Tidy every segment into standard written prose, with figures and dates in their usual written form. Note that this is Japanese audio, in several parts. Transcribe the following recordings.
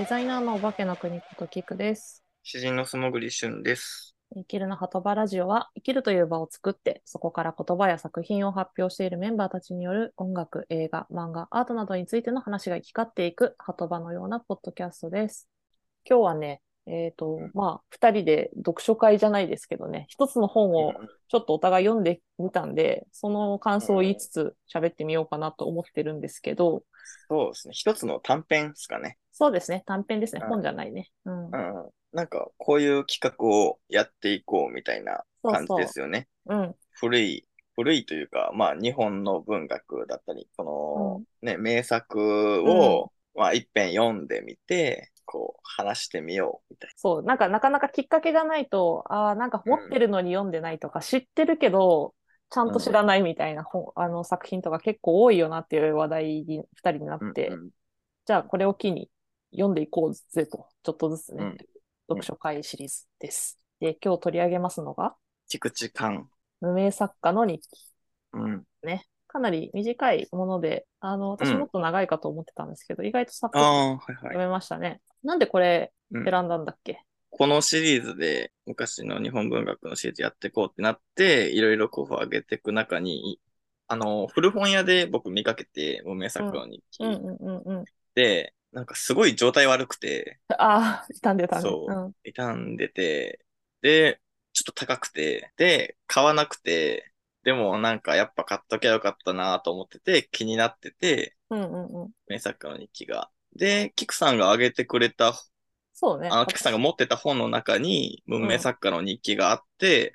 デザイナーのお化けの国ことキクです。 詩人の素潜り俊です。 生きるの鳩場ラジオは生きるという場を作って、そこから言葉や作品を発表しているメンバーたちによる音楽、映画、漫画、アートなどについての話が行き交っていく鳩場のようなポッドキャストです。今日はね、二人で読書会じゃないですけどね、一つの本をうんちょっとお互い読んでみたんで、その感想を言いつうん、 つ喋ってみようかなと思ってるんですけど、 そうですね。一つの短編ですかね。 そうですね、短編ですね、本じゃないね。うん。 なんか、こういう企画をやっていこうみたいな感じでそうそすよね。 う。うん。 古い、古いというか、まあ、日本の文学だったり、 うん。 名作うん。 を、まあ、一遍読んでみて、こう、話してみようみたいそう、なんかなかなかきっかけがないと、ああ、なんか持ってな。 るのに読んでないとか、知ってるけど、ちゃんと知うん、 らないみたいな本、作品とか結構多いよなっていう話題に二人になっうん、うて、 ん、 じゃあこれを機に読んでいこうぜと、ちょっとずつね、 うん、うん。 読書会シリーズです。で、今日取り上げますのが、 菊池寛。 無名作家の日記うん、 ね。かなり短いもので、 うん。 私もっと長いかと思ってたんですけど、意外とサクッとああ、はいはい。 読めましたね。なんでこれうん。 選んだんだっけ？ このシリーズで昔の日本文学のシリーズやっていこうってなって、いろいろ候補を上げていく中に、古本屋で僕見かけて、無名うん。 作家の日記うんうんうんうん。 で、なんかすごい状態悪くて、 ああ、傷んでたね。うそう、 ん。 傷んでて、で、ちょっと高くて、で、買わなくて、でもなんかやっぱ買っときゃよかったなと思ってて、気になってて、 うんうんうん。 名作家の日記が。で、キクさんが挙げてくれたそうね。 キクさんが持ってた本の中に文明うん。 作家の日記があって、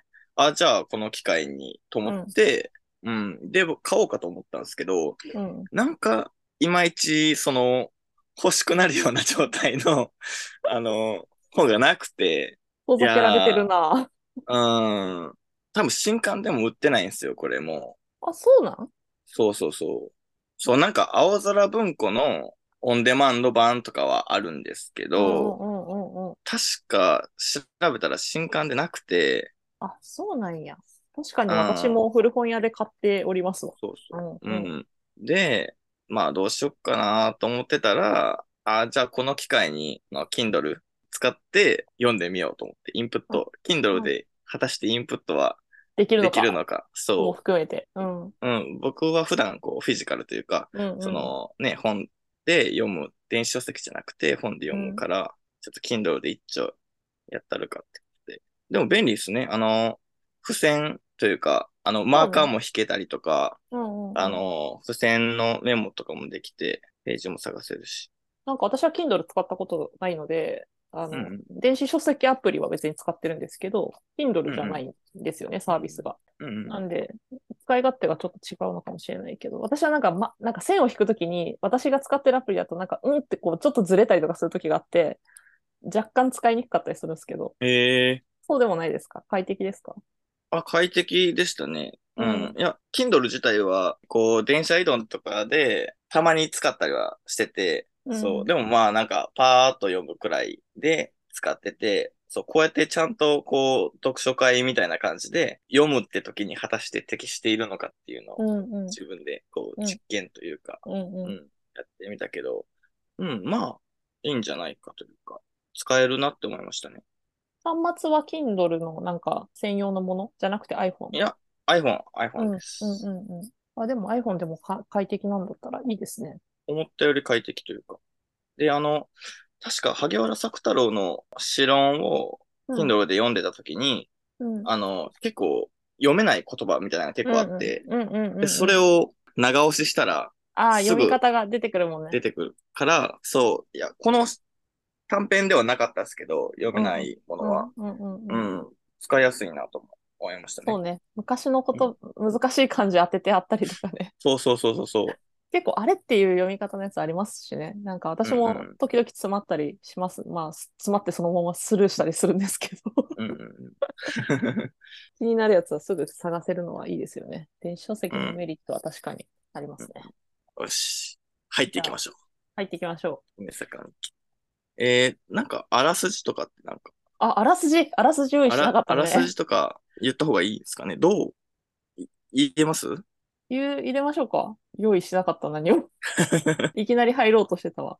あ、じゃあこの機会にと思っうん。 て、うん。で、僕買おうかと思ったんですけど、 うん。 なんか、いまいち、欲しくなるような状態の、本がなくて、 遠いざけられてやるな。 ー、多分新刊でも売ってないんですよ、これもう。 あ、そうなん？ そうそうそう。そう、なんか、青空文庫のオンデマンド版とかはあるんですけうんうど、 んうんうんうん。 確か調べたら新刊でなくて、 あ、そうなんや。確かに私うん、 も古本屋で買っておりますわ。 そううそう。うんうん。 ん。で、まあどうしよっかなと思ってたら、じゃあこの機会に、Kindle 使って読んでみようと思って、インプッうんト、Kindle うん。 で果たしてインプットはできるでのかきるのか。 もそ含めて。うん。うんう。うん。僕は普段こうフィジカルというか、 うん。 本で読む、電子書籍じゃなくて本で読むうん。 から、ちょっと Kindle で一丁やったるかってことで。でも便利ですね。付箋というか、マーカーそうね。 も引けたりとか、 うんうんうん。 付箋のメモとかもできて、ページも探せるし。 なんか私は Kindle 使ったことないので、 うんうん。 電子書籍アプリは別に使ってるんですけど、Kindle うんうん。 じゃないんですよね、 うんサービスが。 うんうん。 なんで、使い勝手がちょっと違うのかもしれないけど、私はなんか、なんか線を引くときに、私が使ってるアプリだとなんか、うんってこう、ちょっとずれたりとかするときがあって、若干使いにくかったりするんですけど、 ええ、 そうでもないですか？快適ですか？ 快適でしたね。うん。 うん。 いや、Kindle 自体は、こう、電車移動とかで、たまに使ったりはしてて、そう。 うん。 でもまあ、なんか、パーっと読むくらいで使ってて、そう、こうやってちゃんと、こう、読書会みたいな感じで、読むって時に果たして適しているのかっていうのを、 うんうん。 自分で、こう、 うん。 実験というか、 うんうん。 うん、やってみたけど、うん、まあ、いいんじゃないかというか、使えるなって思いましたね。 端末は Kindle のなんか専用のものじゃなくて iPhone？ いや、iPhone うん、 でうん、 す。 うん、うん。あ、でも iPhone でも快適なんだったらいいですね。 思ったより快適というか。で、確か萩原作太郎の詩論をうん、 Kindle で読んでた時に、 うん、 結構読めない言葉みたいなのが結うん、うん、 構あって、 うん、うん、 で、 うん。うん。 それを長押ししたら、 ああ、読みすぐ方が出てくるもんね。 出てくるから、そう、いや、この短編ではなかったですけど、読うん、 めないもうん、 のは、 うん、うん、うん。 うん、使いやすいなと思いましたね。 そうね。昔のこうん、 と、難しい漢字当ててあったりとかね。 そうそうそうそうそ結構あれっていう読み方のやつありますしね。なんかう。 私うんうもん。 時々詰まったりします。まあ、詰まってそのままスルーしたりするんですけど。 うんうんうん。 気になるやつはすぐ探せるのはいいですよね。電子書籍のうんメリットは確かにありまうん。 すね。 よし。入ってじゃあ、 いきましょ入っていきましょう。 う。梅坂に。なんか、あらすじとかってなんか、 あ、あらすじ用意しなかっあらすたね。 じとか言った方がいいですかね。どう言えます？ 入れましょうか。用意しなかった何も。いきなり入ろうとしてたわ。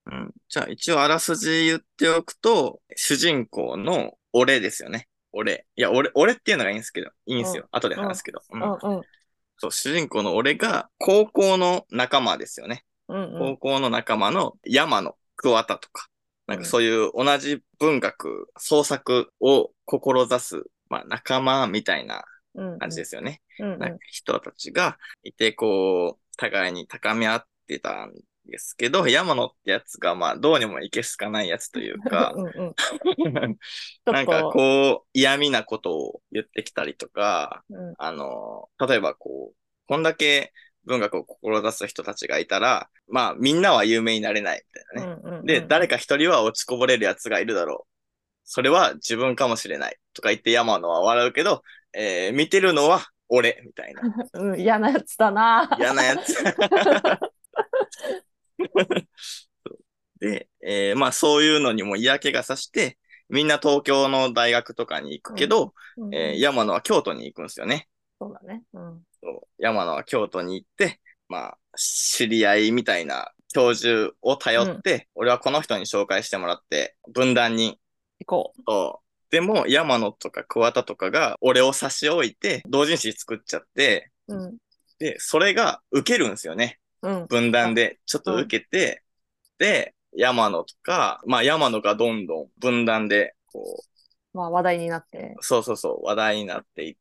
うん。じゃあ一応あらすじ言っておくと、主人公の俺ですよね。俺。いや、俺っていうのがいいんですけど、いいんうん。 ですよ。後でうん。 話すけど。うん。 うん。うん。 そう、主人公の俺が高校の仲間ですよね。 うん。 高校の仲間の山野桑田とか、なんかうん。 そういう同じ文学、創作を志す、まあ仲間みたいなうん。 感うん。 じですよね。 うん。 なんかうん。 人たちがいて、こう、互いに高め合ってたんですけど、山野ってやつが、まあどうにもいけすかないやつというか、 うん。うん。ちょっなんかと、 こう、嫌味なことを言ってきたりとか、 うん。 例えばこう、こんだけ文学を志す人たちがいたら、まあみんなは有名になれないみたいなね。 うん。うん。 で、 うん。 誰か一人は落ちこぼれる奴がいるだろう。それは自分かもしれない。とか言って山野は笑うけど、見てるのは俺、みたいな。 うん。嫌なやつだな。 嫌なやつ。で、まあそういうのにも嫌気がさして、みんな東京の大学とかに行くうん。 けど、 うん。うん。 山野は京都に行くんですよね。 そうだね。うん。 そう山野は京都に行って、まあ、知り合いみたいな教授を頼うん。 って、俺はこの人に紹介してもらって、分断に、 行こそう。でも、山野とか桑田とかが俺を差し置いて、同人誌作っちゃって、 う。うん。 で、それが受けるんですよね。 うん。 分断あ、 でちょっとうん。 受けて、で、山野とか、まあ山野がどんどん分断で、こまあ話題になって。 う、そうそうそう、話題になっていって、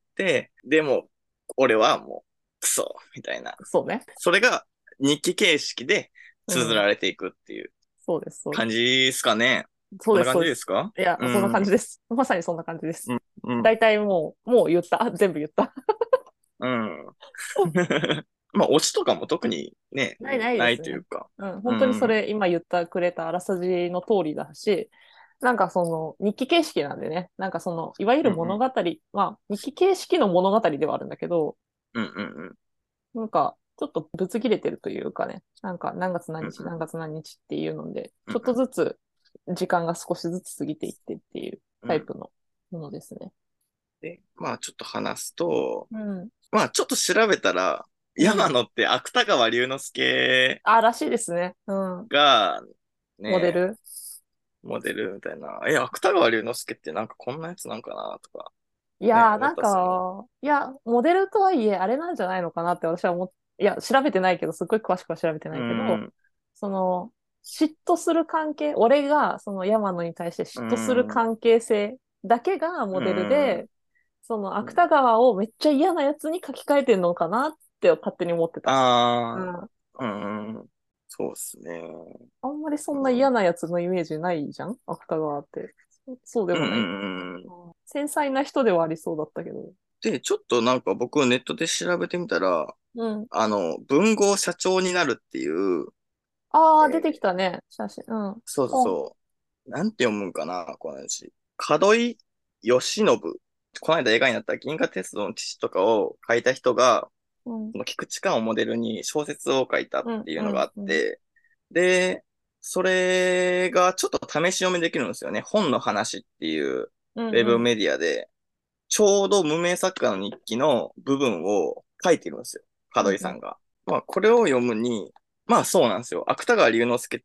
でも、俺はもう、クソみたいな。 そうね。 それが日記形式でうん。 綴られていくっていうそうです、そうです。 感じですかね。 そうです、 こんな感じそうです。 ですか？ いや、そんなうん、うん、 感じです。まさにそんな感じです。 うん、 大体もう言った。全部言った。 うん。まあ、オチとかも特にね、 ないないでないすね。 というか。 うん、本当にそうん、 れ今言ったくれたあらすじの通りだし、なんかその日記形式なんでね、なんかその、いわゆうん、うん、 る物語、まあ日記形式の物語ではあるんだけど、 うん、うん、 なんかちょっとぶつ切れてるというかね、なんか何月何うん、 日何月何日っていうので、 うん、 ちょっとずつ時間が少しずつ過ぎていってっていううん。 タイプのものですね。 で、まあ、ちょっと話すと、 うん。 まあ、ちょっと調べたら、 うん。 山野って芥川龍之介あ、らしいですね。うん。 が、ね、 モデル。 モデルみたいな。芥川龍之介ってなんかこんなやつなんかなとか、ね、 いやー、なん思ったっすよね。 か、いや、モデルとはいえ、あれなんじゃないのかなって私はいや、調べてないけど、すっごい詳しくは調べてうないけど、 ん、 その、嫉妬する関係、俺がその山野に対してう嫉妬するん、 関係性だけがうモデルん、 で、そのうん。 芥川をめっちゃ嫌なやつに書き換えてんのかなって勝手に思ってた。うあん。 あ、うん、そうっすね。 あんまりそんなうん、 嫌なやつのイメージないじゃん芥川って。そうでうん、うもない。 ん。うん。 うん。繊細な人ではありそうだったけど。 で、ちょっとなんか僕ネットで調べてみたら、 うん。 文豪社長になるっていう、 ああ、出てきえーたね。写真。うん。 そうそう本。 そう。なんて読むんかな、この字。門井義信。この間映画になった銀河鉄道の父とかを書いた人が、 うん。 その菊池寛をモデルに小説を書いたっうん。うん。 ていうのがあっうん。 て、で、それがちょっと試し読みできるんですよね。本の話っていううん。うん。 ウェブメディアで、ちょうど無名作家の日記の部分を書いてるんですよ。 うん。 門井さんが。まあ、これを読むに、まあそうなんですよ。芥川龍之介って、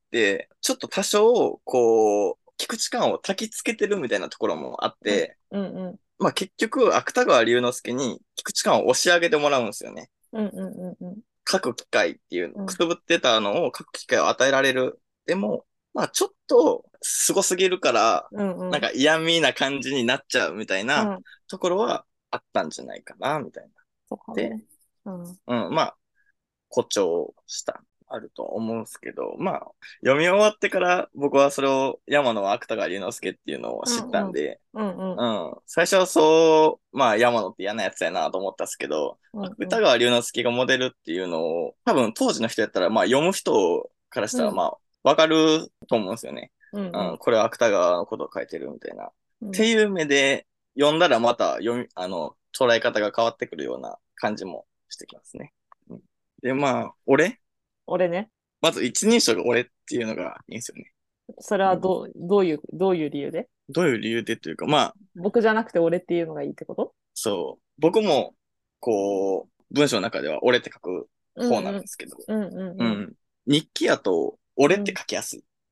ちょっと多少、こう、菊池寛を焚きつけてるみたいなところもあっうん。 て、 うん。うん。 まあ結局、芥川龍之介に菊池寛を押し上げてもらうんですよね。 うん。うん。うん。 書く機会っていう、 うん。 くすぶってたのを書く機会を与えられる。でも、まあちょっと、すごすぎるから、 うん。うん。 なんか嫌味な感じになっちゃうみたいなうん。 ところはあったんじゃないかな、みたいな。 そうかもで、 ね。うん。 まあ、誇張した、あると思うんですけど、まあ、読み終わってから僕はそれを山野芥川龍之介っていうのを知っうん。うん。 たんで、 うん。うん。 うん。最初はそう、まあ山野って嫌なやつやなと思ったんですけど、 うん。うん。 芥川龍之介がモデルっていうのを、多分当時の人やったら、まあ読む人からしたら、 うん。 まあ、わかると思うんですよね。 うん。 うん、これは芥川のことを書いてるみたいな。っうん。 ていう目で読んだらまた捉え方が変わってくるような感じもしてきますね。うん、で、まあ、 俺ね。 まず一人称が俺っていうのがいいんですよね。 それうん、 はどういう理由で？ どういう理由でというか、まあ、 僕じゃなくて俺っていうのがいいってこと？ そう。僕も、こう、文章の中では俺って書く方うん。うん。 なんですけど、 うん。うん。 うん。日記やと、俺ってうん。 書きやすい。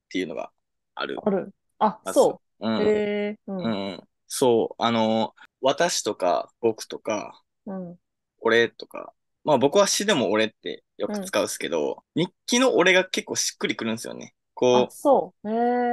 っていうのがある。 ある。あ、 まず。 そう。うん。 そう。私とか僕とか、 うん。 俺とか、まあ僕は詩でも俺ってようん。 く使うんですけど、日記の俺が結構しっくりくるんですよね。 あ、そう。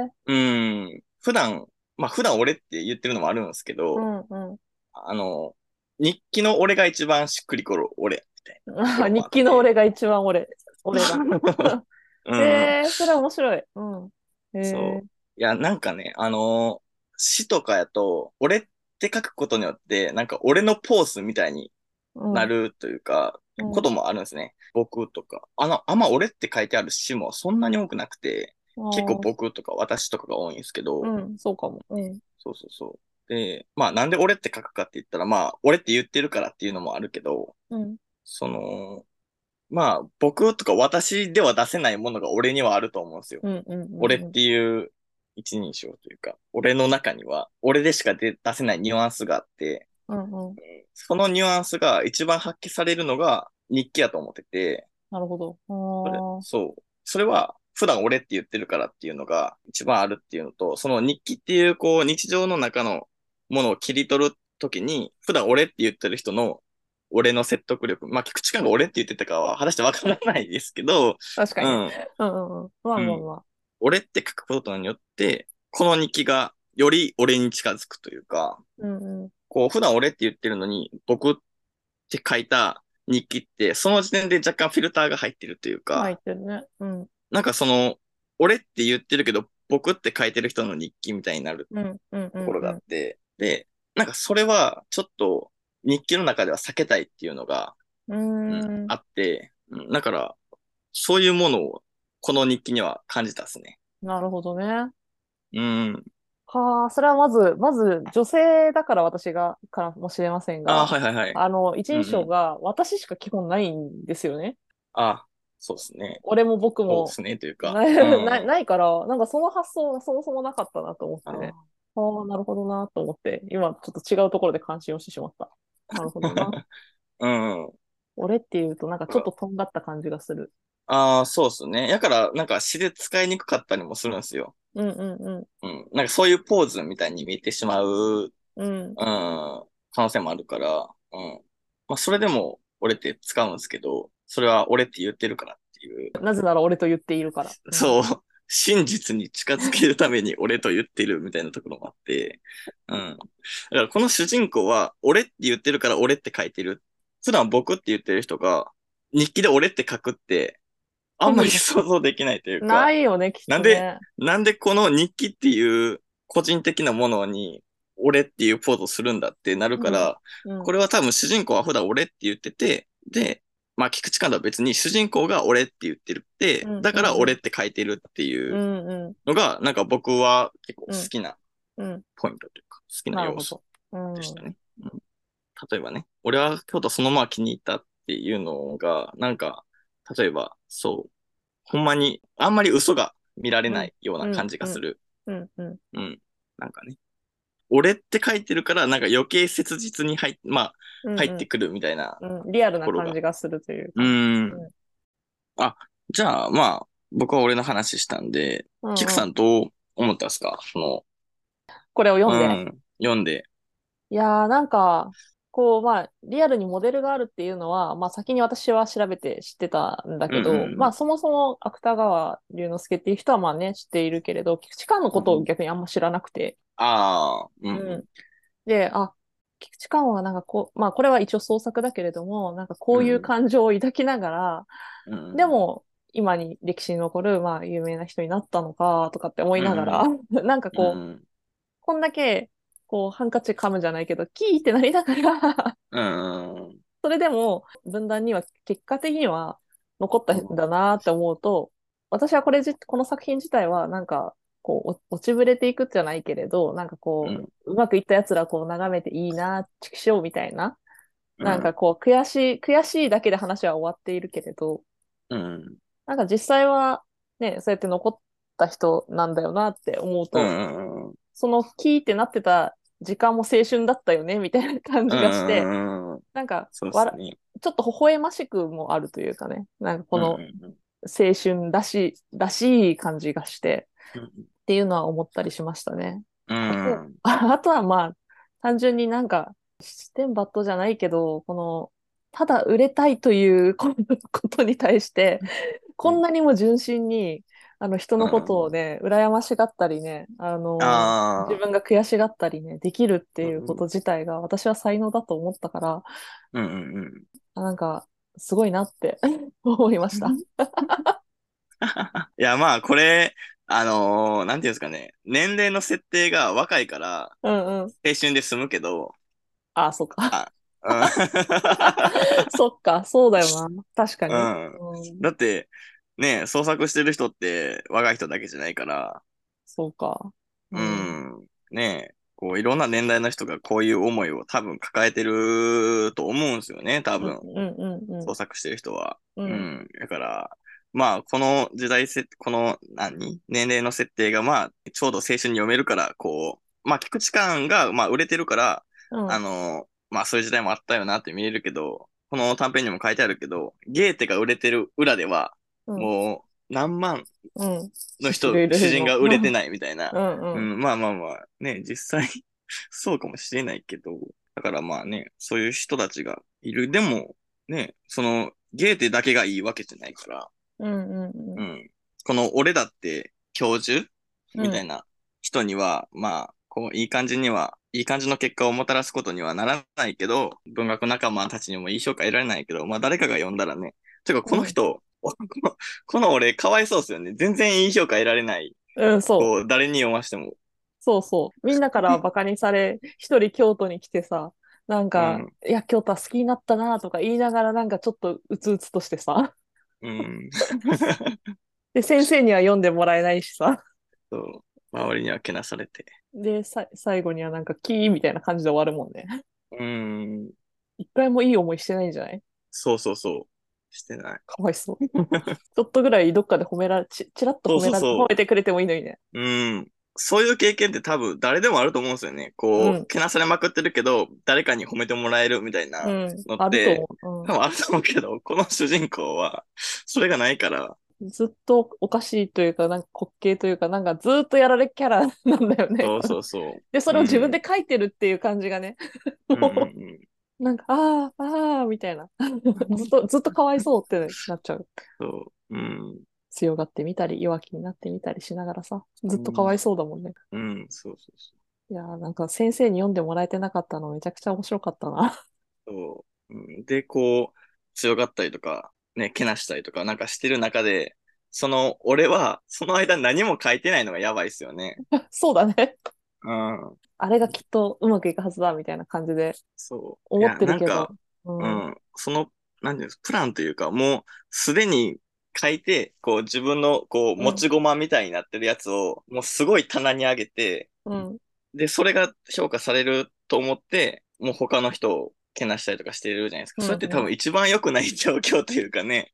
普段俺って言ってるのもあるんですけど、 うん、うん。 あの、日記の俺が一番しっくりくる俺みたいなところも日あって。 記の俺が一番俺だ。 うん。 それは面白い。うん。 そう。いや、なんかね、詩とかやと、俺って書くことによって、なんか俺のポーズみたいにうん、 なるというか、 うん。 こともあるんですね。僕とか。あんま俺って書いてある詩もそんなに多くなくて、 あ結構ー僕とか私とかが多いんですけど、 うん、そうかも。うん。 そうそうそう。で、まあなんで俺って書くかって言ったら、まあ俺って言ってるからっていうのもあるけど、 うん、 その、まあ僕とか私では出せないものが俺にはあると思うんですよ。 うん、うん、うん。 俺っていう一人称というか、俺の中には、俺でしか出せないニュアンスがあって、 うん、うん。 そのニュアンスが一番発揮されるのが日記やと思ってて、 なるほど。 そう。それは普段俺って言ってるからっていうのが一番あるっていうのと、その日記っていうこう日常の中のものを切り取るときに、普段俺って言ってる人の俺の説得力、まあ、菊池寛が俺って言ってたかは果たしてわからないですけど、 確かにね。 うん、 うん、うん、まあうん。 まあまあ。 俺って書くことによって、この日記がより俺に近づくというか、 うん、うん。 こう、普段俺って言ってるのに、僕って書いた日記って、その時点で若干フィルターが入ってるというまあ言か、 ってるね。うん、 なんか俺って言ってるけど、僕って書いてる人の日記みたいになるうん、うん、うん、 ところがあっうん。 て、で、なんかそれはちょっと日記の中では避けたいっていうのが、 うーん、 あって、だから、そういうものをこの日記には感じたですね。 なるほどね。 うん。 はあ、それはまず、女性だから私が、からもしれませんああ、 が、 はいはいはい。 一人うんうん。 称が私しか基本ないんですよね。 ああ、そうですね。 俺も僕もそうですね、というか。 なうな、 ん。 ないから、なんかその発想がそもそもなかったなと思ってね。 あああ、なるほどなと思って、今ちょっと違うところで関心をしてしまった。なるほどな。 うん。 俺って言うとなんかちょっととんがった感じがする。 ああ、そうですね。だから、なんか詩で使いにくかったりもするんですよ。 うんうんうん。 うん。なんかそういうポーズみたいに見えてしまう、 うん。 可能性もあるから、まあ、それでも俺って使うんですけど、それは俺って言ってるからっていう。 なぜなら俺と言っているから。うん。 そう、真実に近づけるために俺と言ってるみたいなところもあって、だからこの主人公は俺って言ってるから俺って書いてる。普段僕って言ってる人が日記で俺って書くってあんまり難し想像できないというい。なか、 いよね、きっなんで、 とね。 なんでこの日記っていう個人的なものに俺っていうポーズをするんだってなるうん。 から、 うん。 これは多分主人公は普段俺って言ってて、で、まあ菊池寛は別に主人公が俺って言ってるって、 うん。 だからうん。うん。 俺って書いてるっていううん。うん。 のが、なんか僕は結構好うん。 きなうん。 ポイントというか、好きな要素なるほど。うん。 でしたね。例えばね、俺は京都そのまま気に入ったっていうのが、なんか、例えば、そう、ほんまに、あんまり嘘が見られうん。 ないような感うん。うん。 じがする。 うん。うん。 うん。なんかね、俺って書いてるから、なんか余計切実にまあ、 うん。うん。 入ってくるみたいなうん。リアルなところが。 感じがするといううか。うーん。 ん。 あ、じゃあ、まあ、僕は俺の話したんで、キクうんうん。 さんどう思ったんですかこれを読んで。 読んで。 いやー、なんか、まあ、リアルにモデルがあるっていうのは、まあ、先に私は調べて知ってたんだうんけど、まあ、 うんそもそも芥川龍之介っていう人はまあね、知っているけれど、菊池寛のうん。 ことをうん。 逆にあんま知らなくて。 ああ、うんうん。で、菊池寛はなんかまあ、これは一応創作だけれども、なんかこうん。 ういううん。 感情を抱きながら、 うん。 でも、今に歴史に残る、まあ、有名な人になったのか、とかって思いながら、 うん。 なんかうん。 こんだけ、ハンカチ噛むじゃないけど、キーってなりながらうん。 それでも、文壇には結果的には残ったんだなって思うと、私はこの作品自体は、なんか、落ちぶれていくじゃないけれど、なんかうん。 うまくいった奴ら眺めていいな、畜生みたいな、 うん。 悔しいだけで話は終わっているけれど、 うん。 なんか実際は、ね、そうやって残った人なんだよなって思ううと、 ん。 そのキーってなってた時間も青春だったよね、みたいな感うじがして、 ん。 なんか、 そうですね。 ちょっと微笑ましくもあるというかね、なんかこうん。 の青春らしい感じがして、 ていうのは思ったりしましたね。 うあと、 ん。 あとはまあ、単純になんか、七点抜刀じゃないけど、ただ売れたいということに対して、こんなにも純真に、人のことをね、羨ましがったりね、自ああ分が悔しがったりね、できるってー、 いうこと自体が私は才能だと思ったから、 うんうんうん。 なんか、すごいなって思いました。 いや、まあ、これ、なんていうんですかね。年齢の設定が若いから、 うんうん。 青春で済むけど、 あ、そうか。 あ、うん。 そっか、そうだよな。確かに。 うん。 うん、 だって、ね、創作してる人って若い人だけじゃないから、 そうか。ううん。 ん。ね、こう、いろんな年代の人がこういう思いを多分抱えてると思うんですよね、多分。 うんうんうんうん。 創作してる人は。 うん。 うん。だから、まあ、この時代この年齢の設定がまあ、ちょうど青春に読めるから、こう、まあ、菊池寛がまあ、売れてるから、 うん。 まあ、そういう時代もあったよなって見えるけど、この短編にも書いてあるけど、ゲーテが売れてる裏では、 うん。 もう、何万うん。 の人、 シシルい詩人の。 が売れてないみたいな。 うんうん。 うん、まあまあまあ、ね、実際そうかもしれないけど、だからまあね、そういう人たちがいる。でも、ね、ゲーテだけがいいわけじゃないから、 うんうんうん。この俺だって教授うん。うん。 みたいな人には、まあ、こう、いい感じの結果をもたらすことにはならないけど、文学仲間たちにもいい評価得られないけど、まあ誰かが読んだらね、てかこうん。 の人、この俺かわいそうですよね。全然いい評価得られない。 うん、そう。 こう、誰に読ましても。 そうそう。みんなからバカにされ、一人京都に来てさ、なんか、 うん、 いや、京都は好きになったなとか言いながら、なんかちょっとうつうつとしてさ。 うん。 で、先生には読んでもらえないしさ。 そう。周りにはけなされて。 で、最後にはなんか、キーみたいな感じで終わるもんね。 うん。 一回もいい思いしてないんじゃない？ そうそうそう。してない。 かわいそう。ちょっとぐらいどっかでちらっとそうそうそ褒めてくれてもいいのにね。 う。うん。そういう経験って多分誰でもあると思うんですよね。こう、 うん、 けなされまくってるけど、誰かに褒めてもらえるみたいなうん、 のっあるとて、 思う。 多分あると思うけど、この主人公は、それがないから、 うん。ずっとおかしいというか、なんか滑稽というか、なんかずっとやられキャラなんだよね。 そうそうそで、そう。うれを自分ん。 で書いてるっていう感じがね、 うんうんもう、なんか、ああ、ああ、みたいな。 うん。 ずっとかわいそうってなっちゃう。 そう。うん。 強がってみたり、弱気になってみたりしながらさ、ずっとかわうん。 いそうだもんね。 うん。そうそうそいやー、なんか先生に読んでもらえてなかったのめちゃくちゃ面白かったな。 う。そう。うん、で、こう、強がったりとか、ね、けなしたりとか、なんかしてる中で、俺は、その間何も書いてないのがやばいっすよね。 そうだね。 うん。 あれがきっとうまくいくはずだ、みたいな感じでそう。い思っや、 てるけど。 なんか、ううん。 ん、なんていうんですプランというか、もう、すでに書いて、こう、自分の、こう、 うん。 持ち駒みたいになってるやつを、もうすごい棚に上げて、 うん。 で、それが評価されると思って、もう他の人をけなしたりとかしてるじゃないですか。 うん。 それって多うん。 分一番良くない状況というかね、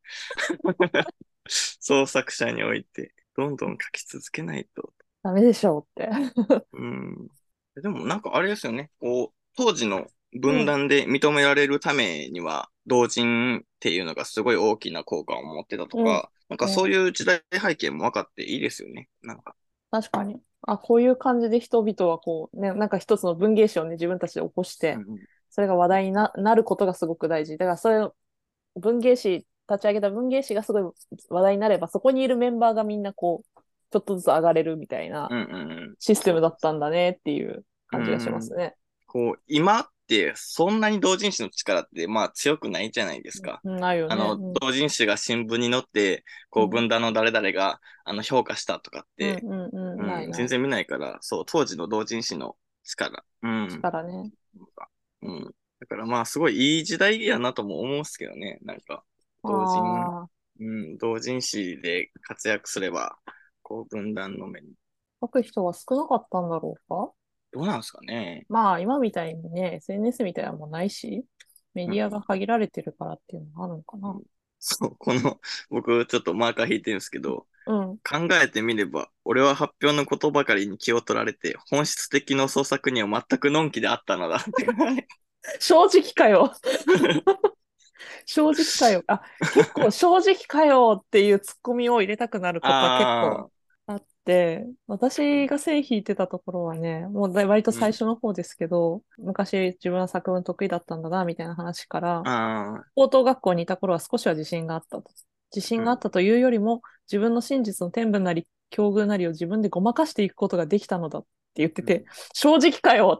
創作者において、どんどん書き続けないと。 ダメでしょうって。 うん。でもなんかあれですよね。こう、当時のうん。 分断で認められるためには、同人っていうのがすごい大きな効果を持ってたとうん。 か、なんかそううん。 いう時代背景も分かっていいですよね。なんか。 確かに。あ、こういう感じで人々はこう、ね、なんか一つの文芸誌をね、自分たちで起こして、 うんうん。 それが話題になることがすごく大事。だからそれを文芸誌、立ち上げた文芸誌がすごい話題になれば、そこにいるメンバーがみんなこう、ちょっとずつ上がれるみたいなうんうんうん。 システムだったそうそうそんだねっていうう。う感じがしまん。 すね。 こう、今ってそんなに同人誌の力ってまあ強くないじゃないですか。 うん、ないよね。うん。 同人誌が新聞に載って、こう、 うん。 文壇の誰々が、評価したとかっうん。 て、 うん。うん。ないうん、 ない。 全然見ないから、そう、当時の同人誌の力。うん。 力ね。 なんかうん。だからまあ、すごいいい時代やなとも思うんですけどね。なんか、同人、 ああ、 同人誌で活躍すれば、こう、分断の目に。 書く人は少なかったんだろうか？ どうなんですかね。 まあ、今みたいにね、SNS みたいなのもないし、メディアがうん。 限られてるからっていうのがあるのかな。 うんそう、僕、ちょっとマーカー引いてるんですけど、 うん。 考えてみれば、俺は発表のことばかりに気を取られて、本質的の創作には全くのんきであったのだって。 正直かよ。正直かよ。あ、結構正直かよっていうツッコミを入れたくなることは結構ああ、 あって、私が線引いてたところはね、もう割とうん。 最初の方ですけど、昔自分は作文得意だったんだな、みたいな話から、 ああ、 高等学校にいた頃は少しは自信があったと。自信うん。 があったというよりも、自分の真実の天賦なり、境遇なりを自分でごまかしていくことができたのだって言ってて、正直かよって、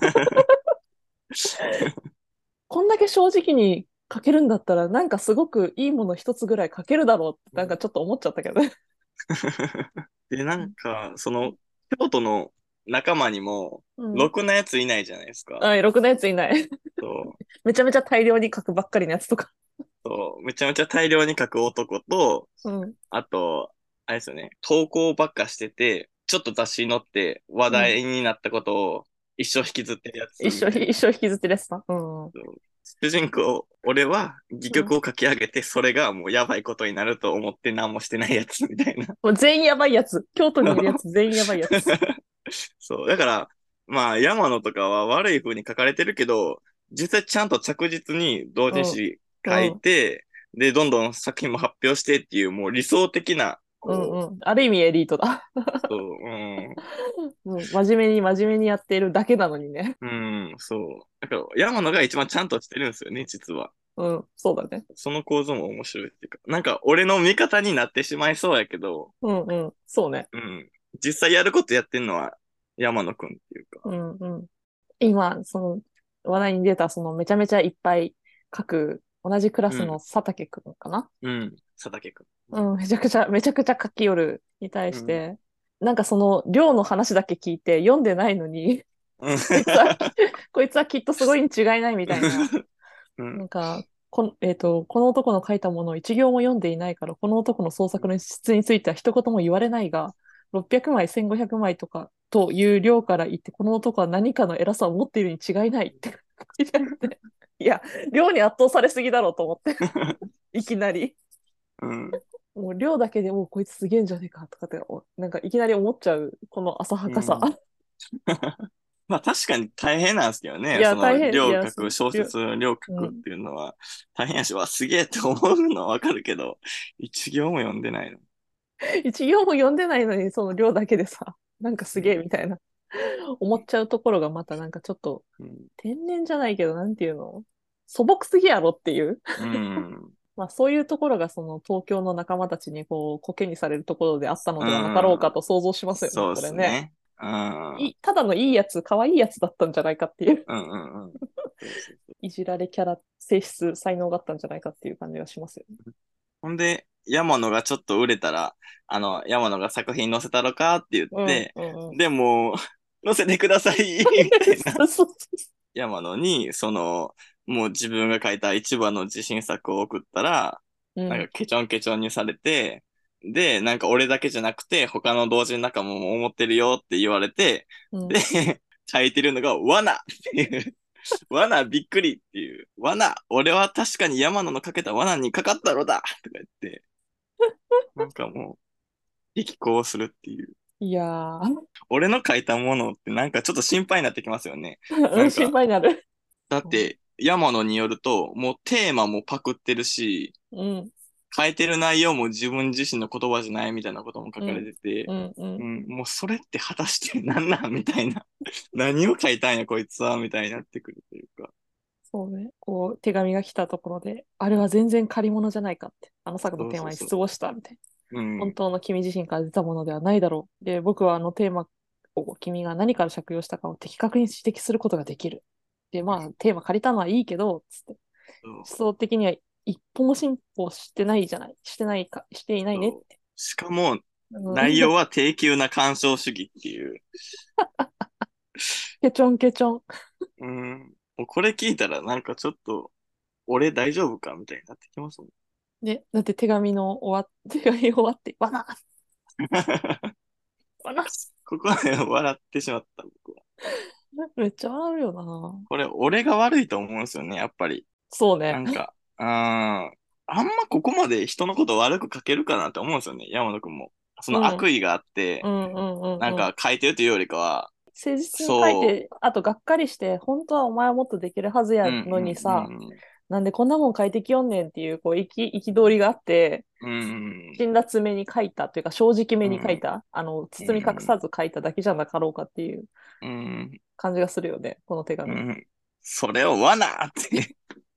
こんだけ正直に書けるんだったら、なんかすごくいいもの一つぐらい書けるだろうって、なんかちょっと思っちゃったけどね。 で、なんか、その、京都の仲間にも、 うん。 ろくなやついないじゃないですか。 はい、ろくなやついない。 そう、 めちゃめちゃ大量に書くばっかりのやつとか。 そう、めちゃめちゃ大量に書く男と、 うん。 あと、あれですよね、投稿ばっかしてて、ちょっと雑誌に載って話うん。 題になったことを一生引きずってるやつ一生、 みたいな。 一生引きずってるやつだ。うん。うそう主人公、俺は戯ん。 曲を書き上げて、それがもうやばいことになると思って何もしてないやつみたいな。 もう全員やばいやつ。京都にいるやつ全員やばいやつ。 そう。だから、まあ、山野とかは悪い風に書かれてるけど、実際ちゃんと着実に同うん。 人誌書いうん。 て、で、どんどん作品も発表してっていう、もう理想的な、こうんうん。ある意味エリートだ。 う、そう、 うん。真面目にやっているだけなのにね。 そう。だから、山野が一番ちゃんとしてるんですよね、実は。 うん。そうだね。 その構造も面白いっていうか、なんか、俺の味方になってしまいそうやけど、 うんうん。そうね。 うん。実際やることやってんのは山野くんっていうか、 うんうん。今、その、話題に出た、その、めちゃめちゃいっぱい書く、同じクラスのうん、 佐竹くんかな。 うん、佐竹くうん、めちゃくちゃ書き寄るに対ん。うん、 して、なんかその、量の話だけ聞いて読んでないのに、 うん。 こいつは、こいつはきっとすごいに違いないみたいな、 うん、 なんか、この男の書いたものを一行も読んでいないから、この男の創作の質については一言も言われないが、600枚、1500枚とかという量から言って、この男は何かの偉さを持っているに違いないって書いてあって、いや、量に圧倒されすぎだろうと思って、いきなり。 うん、 もう量だけでもうこいつすげえんじゃねえかとかって、なんかいきなり思っちゃう、この浅はかさ。 うん。まあ確かに大変なんですけどね。 いや、 その、 大変。いや、 量書く、小説の量書くっうん。 ていうのは大変やし、わ、すげえって思うのはわかるけど、一行も読んでないの。 一行も読んでないのに、その量だけでさ、なんかすげえうん、 みたいな、思っちゃうところがまたなんかちょっと、 うん、 天然じゃないけど、なんていうの、素朴すぎやろっていう。 うん、 まあそういうところがその東京の仲間たちにこう、コケにされるところであったのうではなかろうかん。 と想像しますよね、 そうっこれね。 すね。うん、うん、 ただのいいやつ、可愛いやつだったんじゃないかっていう。 うん、うん。そうそうそう。 いじられキャラ、性質、才能があったんじゃないかっていう感じがしますよね。 ほんで、山野がちょっと売れたら、山野が作品載せたろかって言っうん、 て、 うん、うん。 でも、載せてくださいみたいな。 そうそうそ山野に、もう自分が書いた一番の自信作を送ったら、 う。うん、 なんかケチョンケチョンにされて、で、なんか俺だけじゃなくて、他の同人仲間も思ってるよって言われて、で、 うん。 書いてるのが罠っていう、罠びっくりっていう、罠俺は確かに山野のかけた罠にかかったのだとか言って、なんかもう、激高するっていう。 いやー、 俺の書いたものってなんかちょっと心配になってきますよね。 うん、心なんか、 配になる。 だって、山野によると、もうテーマもパクってるし、 うん、 書いてる内容も自分自身の言葉じゃないみたいなことも書かれうん、 てて、 うん、うん。 うん、もうそれって果たして何なんみたいな。何を書いたんやこいつはみたいになってくるというか。 そうね。こう、手紙が来たところで、あれは全然借り物じゃないかって、あの作のテーマにそうそうそう。 失望したみたいな。 うん。 本当の君自身から出たものではないだろう。で、僕はあのテーマを君が何から借用したかを的確に指摘することができる。で、まあ、テーマ借りたのはいいけど、つって、 そう思想的には一歩も進歩してないじゃない。してないか、していないねっそう。 て。 しかも、 うん、 内容は低級な干渉主義っていう。 ケチョンケチョン。 うん。もうこれ聞いたらなんかちょっと、俺大丈夫かみたいになってきますもん。 ね、だって手紙終わって、わな、わな、 ここで笑ってしまった、僕は。 めっちゃ笑うよな。 これ、俺が悪いと思うんですよね、やっぱり。 そうね。 なんか、あんまここまで人のこと悪く書けるかなって思うんですよね、山野くんも。そうん、 の悪意があっうて、 ん、うん、うん、うん。 なんか書いてるというよりかは、 誠実に書いそて、あとがっかりして、本当はお前はもっとできるはずう。うやのにんさ、 うんなんでこんなもん書いてきよんねんっていう、こう、憤りがあって、 うん。 辛辣めに書いたというか、正直めに書いうんた、 う包み隠さんず書いただけじゃなかろうかっていううん感じがするよね、この手紙。 うん。それを罠って。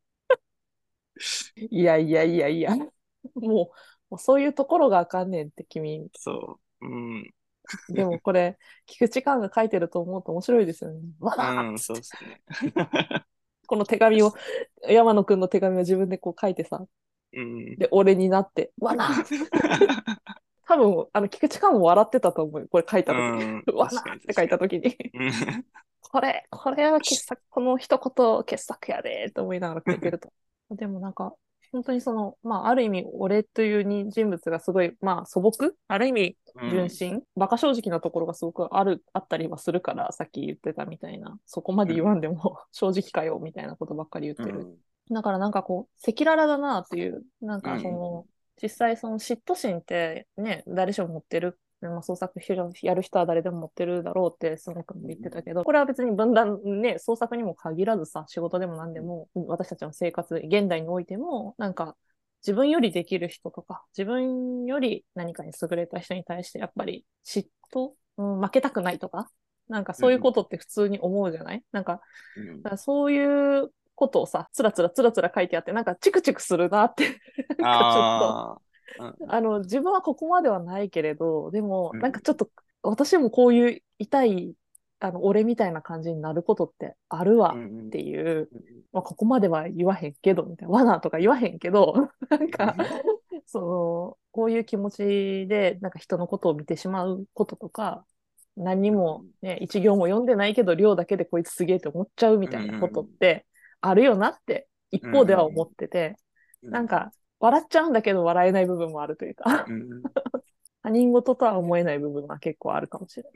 いやいやいやいや、もうそういうところがあかんねんって、君。 そう。うん。 でもこれ、菊池寛が書いてると思うと面白いですよね。わだっうん、 つって。 そうですね。 この手紙を、山野くんの手紙を自分でこう書いてさ、 うん。 で、俺になって、わな多分、菊池寛も笑ってたと思うよ。これ書いたとき。 うん、 わな確かにって書い確かに。 たときに。 うん。 これは傑作、この一言傑作やで、と思いながら書いてると。でもなんか、本当にまあ、ある意味、俺という人物がすごい、まあ、素朴ある意味、 うん。 純真馬鹿正直なところがすごくあったりはするから、さっき言ってたみたいな、そこまで言わんでも正直かよ、みたいなことばっかり言ってる。 うん。 だからなんかこう、赤裸々だなっていう、なんうん。 か実際その嫉妬心ってね、誰しも持ってる。まあ、創作やる人は誰でも持ってるだろうって、その君も言ってたけど、これは別に分断ね、創作にも限らずさ、仕事でも何でも、私たちの生活、現代においても、なんか、自分よりできる人とか、自分より何かに優れた人に対して、やっぱり嫉妬、負けたくないとか、なんかうん。 そういうことって普通に思うじゃないなんか、 うん。 だからそういうことをさ、つらつらつらつら書いてあって、なんかチクチクするなってなんかちょっと、 ああ。うん。 自分はここまではないけれど、でも、 うん。 なんかちょっと、私もこういう痛い、俺みたいな感じになることってあるわってうん。 いう、 うん。 まあ、ここまでは言わへんけど、みたいな、罠とか言わへんけど、なんか、こういう気持ちで、なんか人のことを見てしまうこととか、何にもね、一行も読んでないけど、量だけでこいつすげえって思っちゃうみうん。 たいなことっうん。 てあるよなって、一うん。 方では思ってて、 うん。 なんか、笑っちゃうんだけど笑えない部分もあるというか、 うん。 他人事とは思えない部分は結構あるかもしれうん。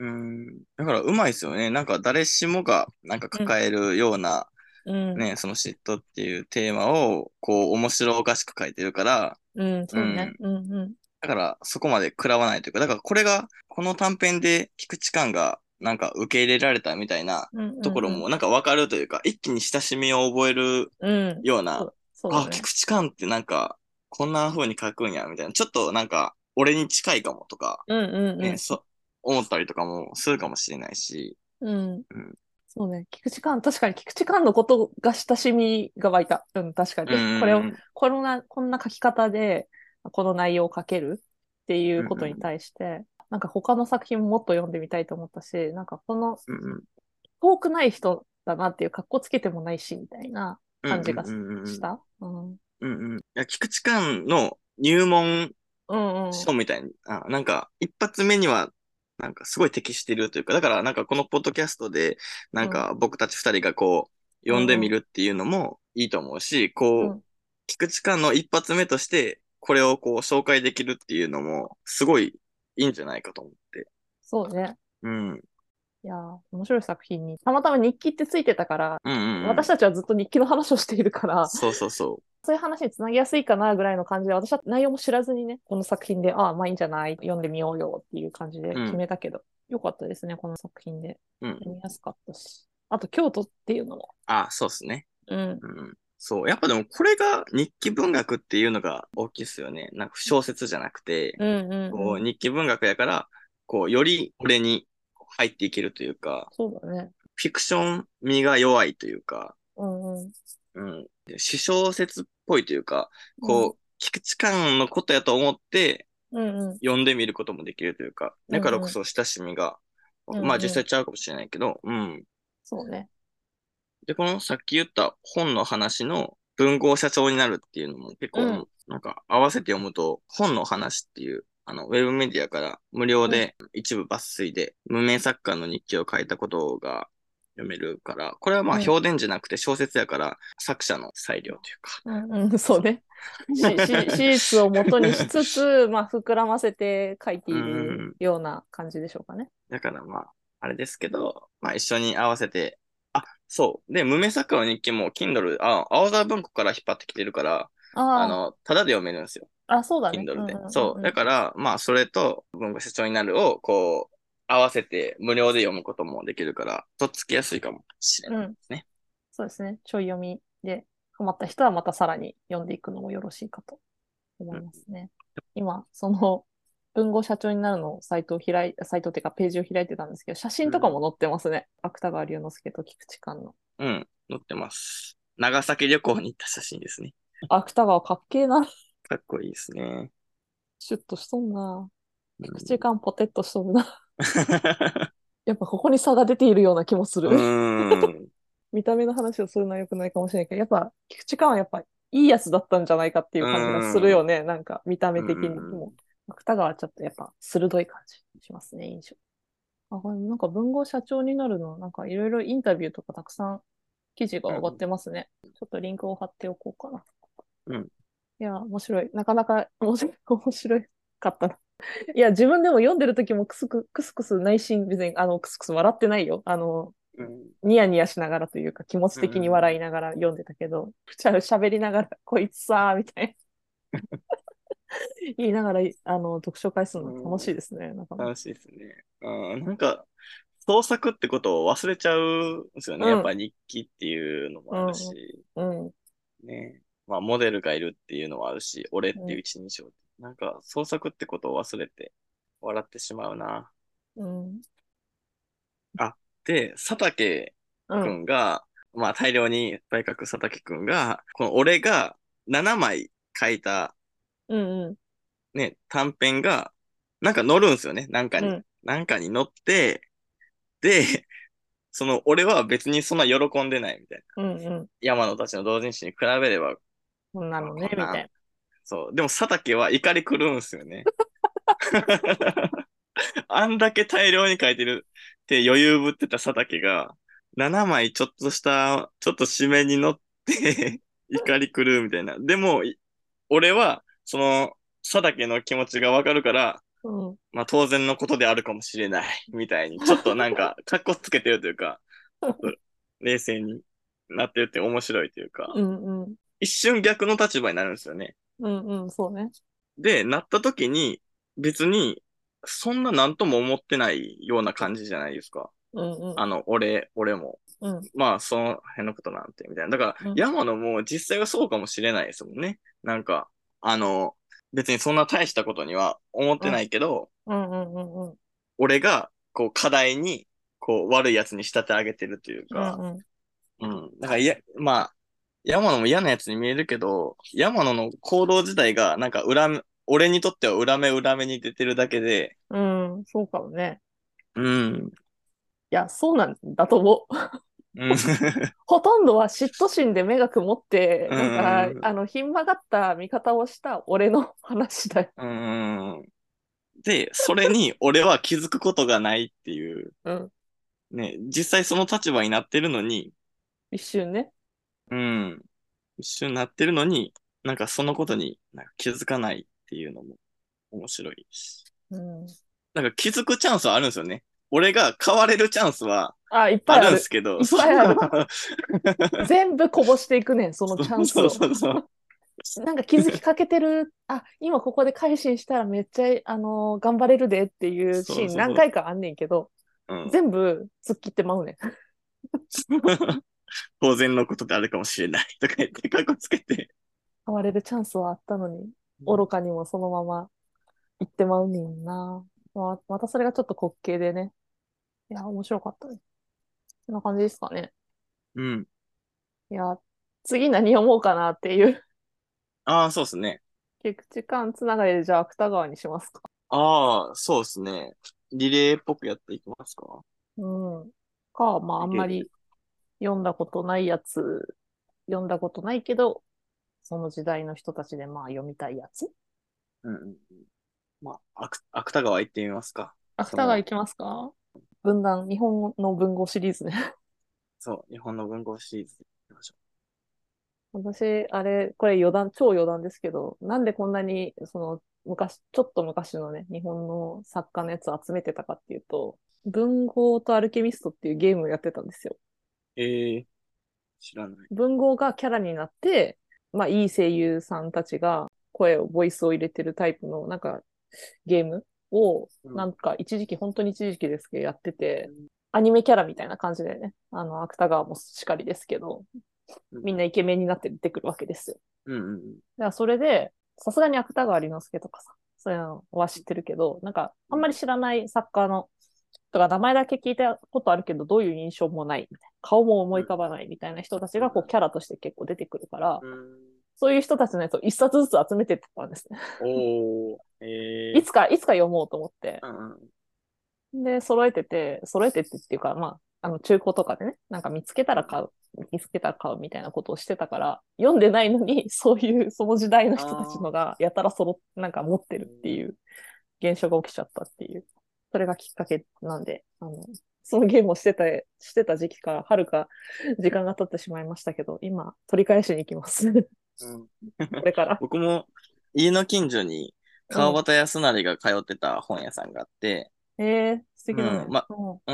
だからうまいですよね。なんか誰しもがなんかない。 抱えるような、 うん、うん、 ね、その嫉妬っていうテーマを、こう、面白おかしく書いてるから、 うん、そうね。 うん。 うん、うん、 だから、そこまで食らわないというか、だからこれが、この短編で菊池寛が、なんか受け入れられたみたいなうん、うん、うん、 ところも、なんかわかるというか、一気に親しみを覚えるうん、 ような、あ、 そうだね。 菊池寛ってなんか、こんな風に書くんや、みたいな。ちょっとなんか、俺に近いかもとか、 うん、うん、うね、 ん、 思ったりとかもするかもしれないし、 うん。 うん。 そうね。確かに菊池寛のことが親しみが湧いた。うん、確かに。 うん、 こんな書き方で、この内容を書けるっていうん、 うことにうん、 対して、なんか他の作品ももっと読んでみたいと思ったし、なんかこのうん、 遠くない人だなっていう、格好つけてもないし、みたいなうん、 感じがうん、うん、うん、 した。うん。うん、 うん、うん。いや、菊池寛の入門うん。 書みたいに、なんか、一発目には、なんかすごい適してるというか、だからなんかこのポッドキャストで、なんうん。 か僕たち二人がこう、読んでみうん。 るっていうのもいいと思うし、こう、 うん。 菊池寛の一発目として、これをこう紹介できるっていうのも、すごいいいんじゃないかと思って。 そうね。 うん。うんいやー、面白い作品に、たまたま日記ってついてたから、 うんうん。 私たちはずっと日記の話をしているから、 そうそうそそういう話につなぎやすいかなぐらいの感じで、私は内容も知らずにね、この作品で、ああ、まあいいんじゃない読んでみようよっていう感じでう。う決ん。 めたけど、よかったですね、この作品で。 うん。 読みやすかったし。あと、京都っていうのも。 そうっすね。 うん。 うん。そう。やっぱでもこれが日記文学っていうのが大きいっすよね。なんか小説じゃなくて、 うんうんこううん。 日記文学やから、こうよりこれに入っていけるというか、 そうだね。 フィクション味が弱いというか、 うんうん。 うん。私小説っぽいというか、 うん。 こう、菊池寛のことやと思ってうんうん。 読んでみることもできるというか、だからこうんうん。 そ親しみが、まあ実うんうん。 際ちゃうかもしれないけど、うん。 そうね。 で、このさっき言った本の話の文豪社長になるっていうのも結構、 うん。 なんか合わせて読むと、本の話っていう、ウェブメディアから無料うん。 で一部抜粋で無名作家の日記を書いたことが読めるから、これはまあうん。 評伝じゃなくて小説やから作者の裁量というか、 うんうん。そうそね。 う。 史実を元にしつつ、まあ、膨らませて書いてういるん。 ような感じでしょうかね。 だからまあ、あれですけど、まあ一緒に合わせて、そう。で、無名作家の日記も Kindle、青沢文庫から引っ張ってきてるから、 あただで読めるんですよ。 あ、あ、そうだね。う Kindle んうで。そう。 んうんうん。 だから、まあ、それと文庫社長になるを、こう、 合わせて無料で読むこともできるから、とっつきやすいかもしれうん。 ないですね。 そうですね。ちょい読みで、ハマった人はまたさらに読んでいくのもよろしいかと思いうん。 ますね。今、その、文豪社長になるのサイトっていうかページを開いてたんですけど、写真とかうん。 も載ってますね。芥川龍之介と菊池寛の。 うん。載ってます。長崎旅行に行った写真ですね。 芥川かっけえな。 かっこいいですね。 シュッとしとんな。 うん。 菊池寛ポテッとしとるな。やっぱここに差が出ているような気もすうる。 ーん。 見た目の話をするのは良くないかもしれないけど、やっぱ菊池寛はやっぱいいやつだったんじゃないかっていうう感じがするーん。 よね。なんか見たう目的にん。 も。芥川はちょっとやっぱ鋭い感じしますね、印象。あ、これなんか文豪社長になるの、なんかいろいろインタビューとかたくさん記事が上がっうん。 てますね。ちょっとリンクを貼っておこうかな。 うん。 いや、面白い。なかなか面白かったな。いや、自分でも読んでる時もクスクス内心、別にクスクス笑ってないよ。 うん。 ニヤニヤしながらというか気持ちう的に笑いん。 ながら読んでたけど、喋りながら、こいつさー、みたいな言いながら、読書会するの楽しいですね。なかなか。 楽しいですね。うん。なんか、創作ってことを忘れちゃうんですよね。 うん、 やっぱ日記っていうのもあるうん、 し、 うん、 ね。まあ、モデルがいるっていうのもあるし、俺っていううん、 一人称。なんか、創作ってことを忘れて笑ってしまうな。 うん、 あ、で、佐竹くうん、 んが、まあ、大量にいっぱい書く佐竹くんが、この俺が7枚書いたうん、 ね、短編が、なんか載るんですよね。なんかに。 うん、 なんかに載って、で、その、俺は別にそんな喜んでないみたいな。 うん、うん、 山野たちの同人誌に比べれば、 こんなのね、 こんなん。 みたいな。 そう。でも佐竹は怒り狂うんすよね。あんだけ大量に書いてるって余裕ぶってた佐竹が、7枚ちょっとした、ちょっと締めに乗って怒り狂うみたいな。でも、俺は、その、佐竹の気持ちがわかるから、 うん、 まあ当然のことであるかもしれない、みたいに、ちょっとなんか、かっこつけてるというか、冷静になってるって面白いというか、 うん、うん、 一瞬逆の立場になるんですよね。 うん、うん、そうね。 で、なった時に、別に、そんな何とも思ってないような感じじゃないですか。 うん、うん、 俺も。 うん、 まあ、その辺のことなんて、みたいな。だから、 うん、 山野も実際はそうかもしれないですもんね。なんか、あの、別にそんな大したことには思ってなうん、 いけど、 うん、うん、うん、うん、 俺が、こう、課題に、こう、悪いやつに仕立て上げてるといううん、 か、 うん、 うん。だから、まあ、山野も嫌なやつに見えるけど、山野の行動自体が、なんか俺にとっては裏目に出てるだけで、 うん、そうかもね。 うん、 いや、そうなんだと思う。 うん、 ほとんどは嫉妬心で目が曇って、 うなんか、 ん、 ひん曲がった見方をした俺の話だよ。 うん。で、それに俺は気づくことがないっていう、 うん。 ね、実際その立場になってるのに、 一瞬ね。 うん、一緒になってるのに、なんかそのことになんか気づかないっていうのも面白いし。 うん。 なんか気づくチャンスはあるんですよね。俺が変われるチャンスはあ、いっぱあるんでいある。 すけど、 いっそうぱいある。全部こぼしていくねん、そのチャンスそうを。 そうそう。 なんか気づきかけてる。あ、今ここで改心したらめっちゃ、頑張れるでっていうシーンそうそうそう。 何回かあんねんけど、 うん。 全部突っ切ってまうねん。 当然のことであるかもしれないとか言ってかっこつけて。 変われるチャンスはあったのに、 うん。 愚かにもそのまま行ってまうねんな。またそれがちょっと滑稽でね。いや、面白かったね。こんな感じですかね。 うん。 いや、次何読もうかなっていうああ、そうですね。 菊池間つながりでじゃあ芥川にしますか。 ああ、そうですね。リレーっぽくやっていきますか。 うん。か、まああんリレー。 まり読んだことないやつ、読んだことないけど、その時代の人たちでまあ読みたいやつ。 うんうんうん。まあ、芥川行ってみますか。その、 芥川行きますか。文壇、日本の文豪シリーズね。 そう、日本の文豪シリーズでいきましょ私、あれ、これ超余談ですけど、なんでこんなに、ちょっと昔のね、日本の作家のやつを集めてたかっていうと、文豪とアルケミストっていうゲームをやってたんですよ。 う。知らない。 文豪がキャラになって、まあ、いい声優さんたちがボイスを入れてるタイプの、なんか、ゲーム。 を、 うんなんか本当に一時期ですけどやってて、アニメキャラみたいな感じでね、芥川もしかりですけど、みんなイケメンになって出てくるわけですよ。 うんうんだからそれで、さすがに芥川龍之介とかさ、そういうのは知ってるけど、なんか、あんまり知らない作家の、とか名前だけ聞いたことあるけど、どういう印象もないみたいな、顔も思い浮かばないみたいな人たちが、こう、キャラとして結構出てくるから、 うん。 そういう人たちのやつを一冊ずつ集めてったんですね。 おー、 いつか読もうと思って。 うんうん。 で、揃えてっていうか、まあ、中古とかでね、なんか見つけたら買うみたいなことをしてたから、読んでないのに、そういう、その時代の人たちのが、やたらなんか持ってるっていう現象が起きちゃったっていう、それがきっかけなんで、そのゲームをしてた時期から、はるか時間が経ってしまいましたけど、今、取り返しに行きます。 うん。 これから。 僕も家の近所にうん。 川端康成が通ってた本屋さんがあって、 素敵だうん、 ね。 うん、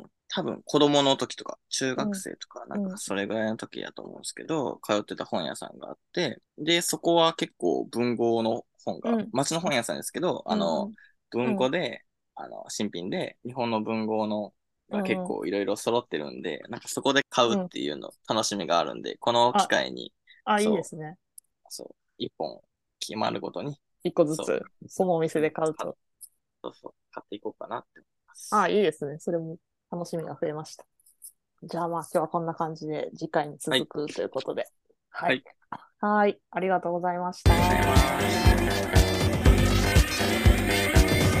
多分子供の時とか、中うん。 学生とか、なんかうん。 それぐらいの時やと思うんですけど、通ってた本屋さんがあって、で、そこは結構文豪の本が、 うん。 町の本屋さんですけど、 うん。う文ん。 庫で、新品で、日本の文豪のが結うん。 構いろいろ揃ってるんで、なんかそこで買うっうん。 ていうの楽しみがあるんで、この機あ、 会に、 いいでそすね。 一本決まるごとに、 一個ずつ、 そう、 そのお店うん、 で買うと。 買っていこうかなって思います。 いいですね。それも楽しみが増えました。じゃあまあ今日はこんな感じで次回にはい。 続くということで。はい。 はい。 はい。ありがとうございましありがとうございた。 ます。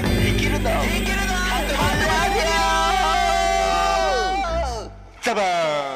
生きると始まるよザバーン